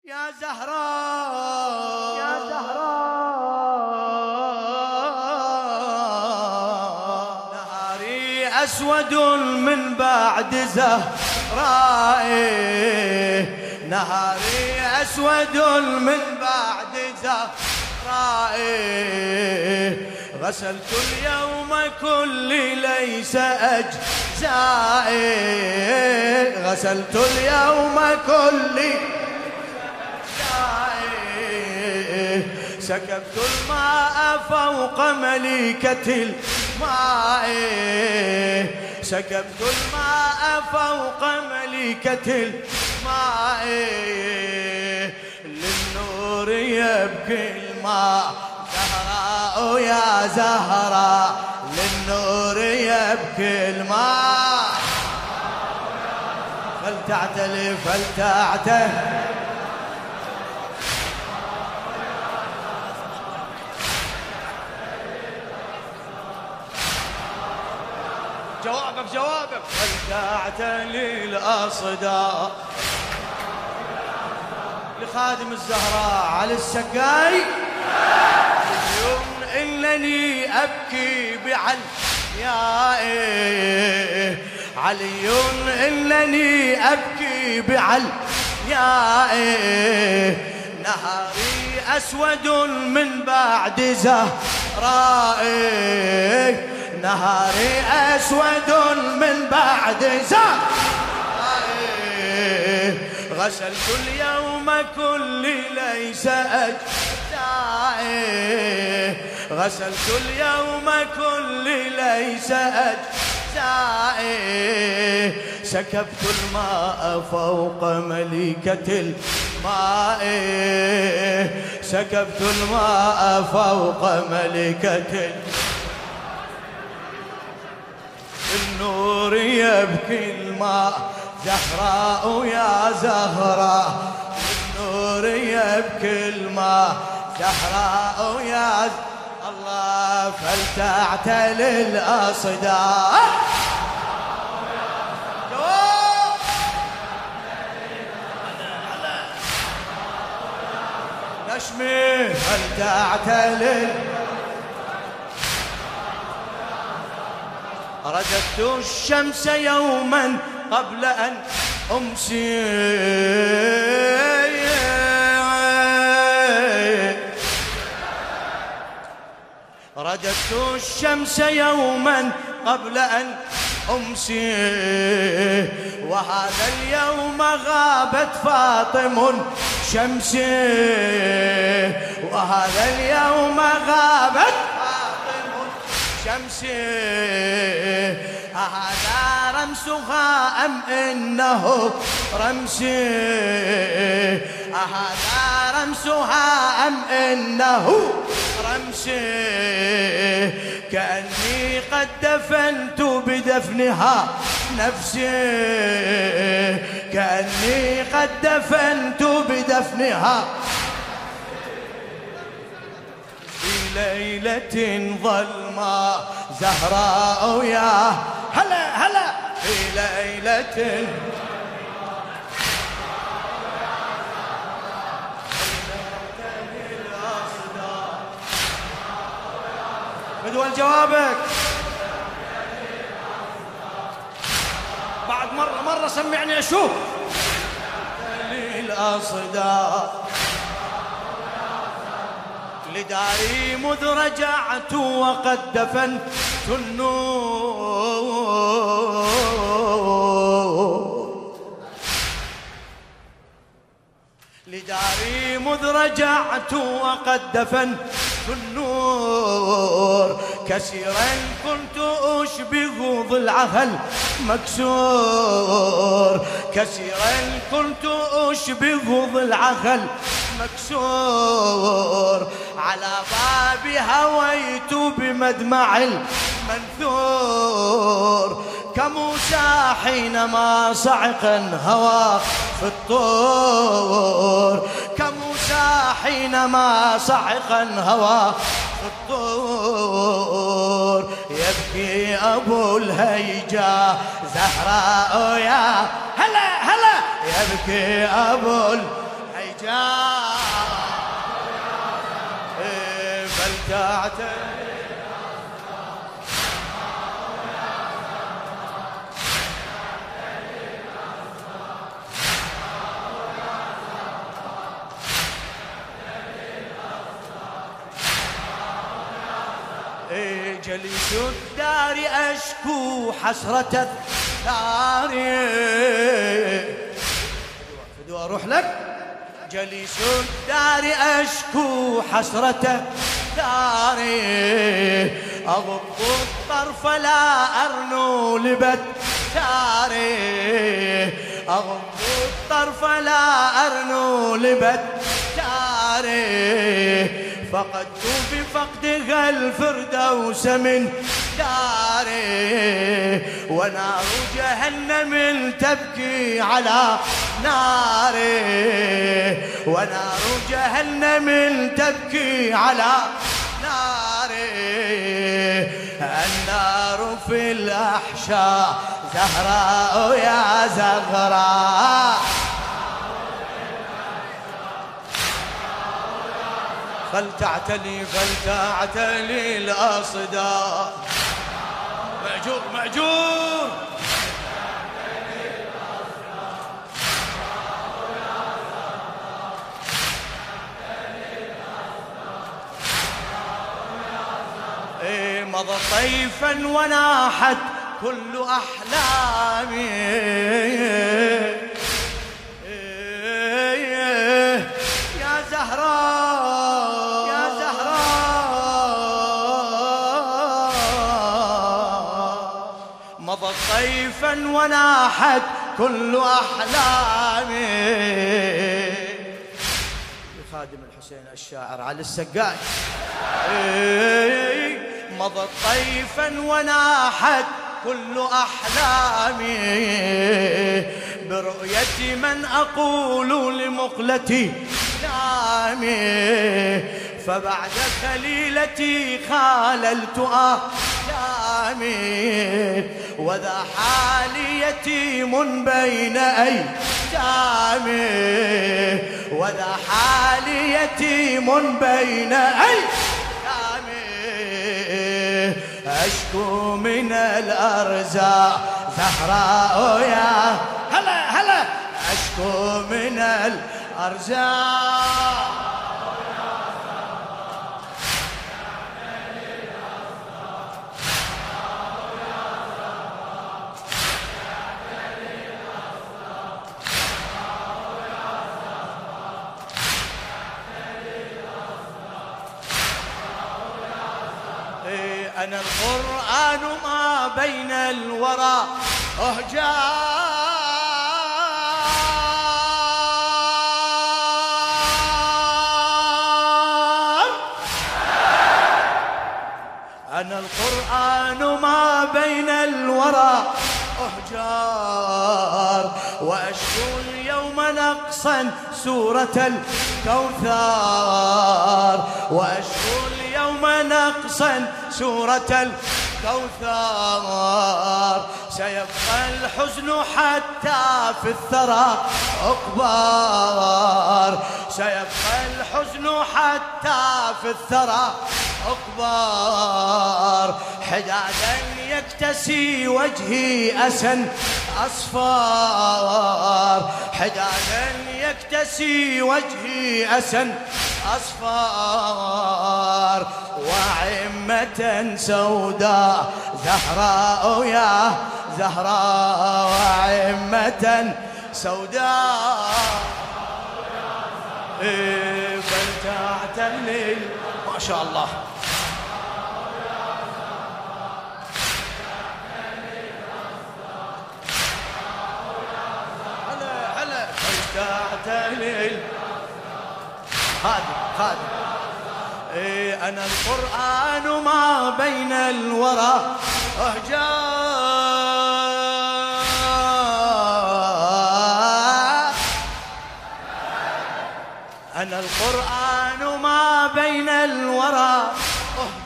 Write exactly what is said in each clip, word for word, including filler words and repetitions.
يا زهراء يا زهراء نهاري أسود من بعد زهرائي، نهاري أسود من بعد زهرائي، غسلت اليوم كل ليس أجزائي، غسلت اليوم كل سكبت الماء فوق مليكة الماء، سكبت الماء فوق مليكة الماء، للنور يبكي الماء زهراء يا زهراء، للنور يبكي الماء فلتعتلي فلتعتلي. جوابك جوابك فلتعتلي الأصداء لخادم الزهراء علي السقاي. اليوم إنني أبكي بعليائي، علي إنني أبكي بعليائي، نهاري أسود من بعد زهرائي، نهاري أسود من بعد زهرائي، غسلت اليوم كل ليس أجزائي، غسلت اليوم كل ليس أجزائي، سكبت الماء فوق مليكة الماء، سكبت الماء فوق مليكة الماء، النور يبكي الماء زهراء يا زهراء، النور يبكي الماء زهراء يا الله فلتعتلي الأصداء. نشمي فلتعتلي. رددت الشمس يوما قبل أن أمسي، رددت الشمس يوما قبل أن أمسي، وهذا اليوم غابت فاطم شمسي، وهذا اليوم غابت شمسي، أهذا رمسها أم إنه رمسي، أهذا رمسها أم إنه رمسي، كأني قد دفنت بدفنها نفسي، كأني قد دفنت بدفنها ليلة ظلماء زهراء يا هلا هلا، في ليلة بدول جوابك بعد مرة مرة سمعني أشوف. الأصداء لداري مذ رجعت وقد دفنت النور، لداري مذ رجعت وقد دفنت النور، كثيرا كنت أشبه ضلعها المكسور، كثيرا كنت أشبه ضلعها المكسور، على باب هويت بمدمع المنثور، كموسى حينما صعق هوى في الطور، كموسى حينما صعق هوى في الطور، يبكي أبو الهيجا زهراء يا هلا هلا، يبكي أبو الهيجا الهجاء فلتعتل جليس الدار أشكو حسرة الثار فدوا أروح لك جليس الدار أشكو حسرة الثار أغض الطرف لا أرنو لبتار أغض الطرف لا أرنو لبتار فقدت بفقدها الفردوس من داري ونار جهنم تبكي على ناري ونار جهنم تبكي على ناري النار في الأحشاء زهراء يا زهراء فلتعتلي فلتعتلي الأصداء مأجور مأجور إيه مضى طيفا وناحت كل أحلامي إيه يا زهراء يا زهراء مضى طيفا وناحت كل أحلامي خادم الحسين الشاعر علي السقاي مضى طيفا وناحت كل أحلامي برؤية من أقول لمقلتي نامي فبعد خليلتي خاللت أحلامي وذا حالي يتيم بين أيتامي وذا حالي يتيم بين أيتامي أشكو من الأرزاق زهراء يا هلا هلا أشكو من الأرزاق أنا القرآن ما بين الورى أهجار أنا القرآن ما بين الورى أهجار وأشكو اليوم نقصا سورة الكوثر وأشكو اليوم نقصا سورة الكوثر سيبقى الحزن حتى في الثرى أكبر سيبقى الحزن حتى في الثرى أكبر حدادا يكتسي وجهي أسا أصفار حدادا يكتسي وجهي أسا أصفار وعمة سوداء زهراء يا زهراء وعمة سوداء إيه فلتعتلي ما شاء الله هلا هلا فلتعتلي خادم خادم إيه أنا القرآن ما بين الورى أهجار أنا القرآن ما بين الورى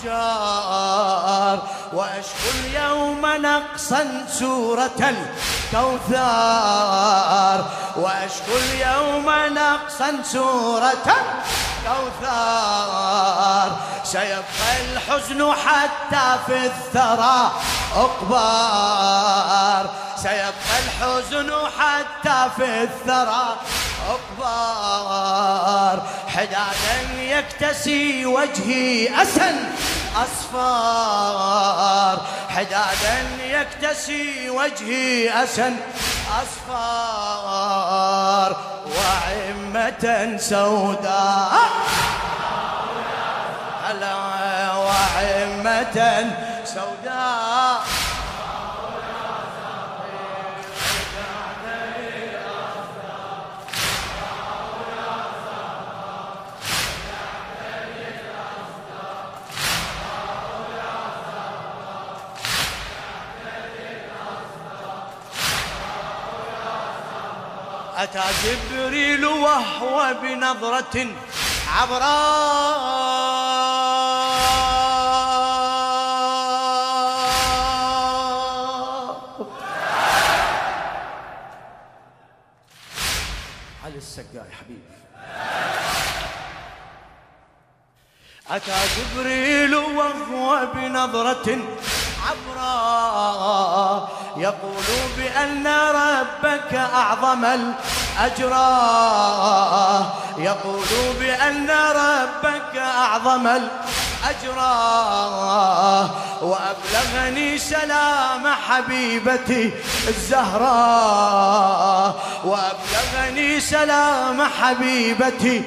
أهجار وأشكو اليوم نقصا سورة كوثر، وأشكو اليوم نقصا سورة كوثر، سيبقى الحزن حتى في الثرى أقبار، سيبقى الحزن حتى في الثرى أقبار، حدادا يكتسي وجهي أسن أصفار، حدادا يكتسي وجهي أسن أصفار، وعمة سوداء هلا وعمة سوداء أتى جبريل وهو بنظرة عبراء. علي السقاي حبيبي. أتى جبريل وهو بنظرة عبراء، يقول بأن ربك أعظم الأجرى، يقول بأن ربك أعظم الأجرى، وأبلغني سلام حبيبتي الزهراء، وأبلغني سلام حبيبتي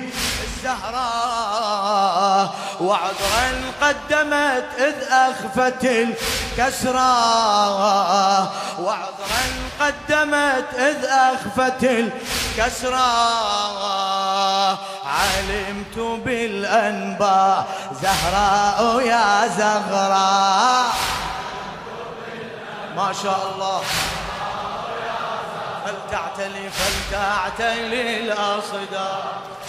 الزهراء، وعذرا قدمت إذ أخفت الكسرى، وعذرا قدمت إذ أخفت الكسرى، علمت بالأنباء زهراء يا زهراء ما شاء الله، فلتعتلي فلتعتلي الأصداء.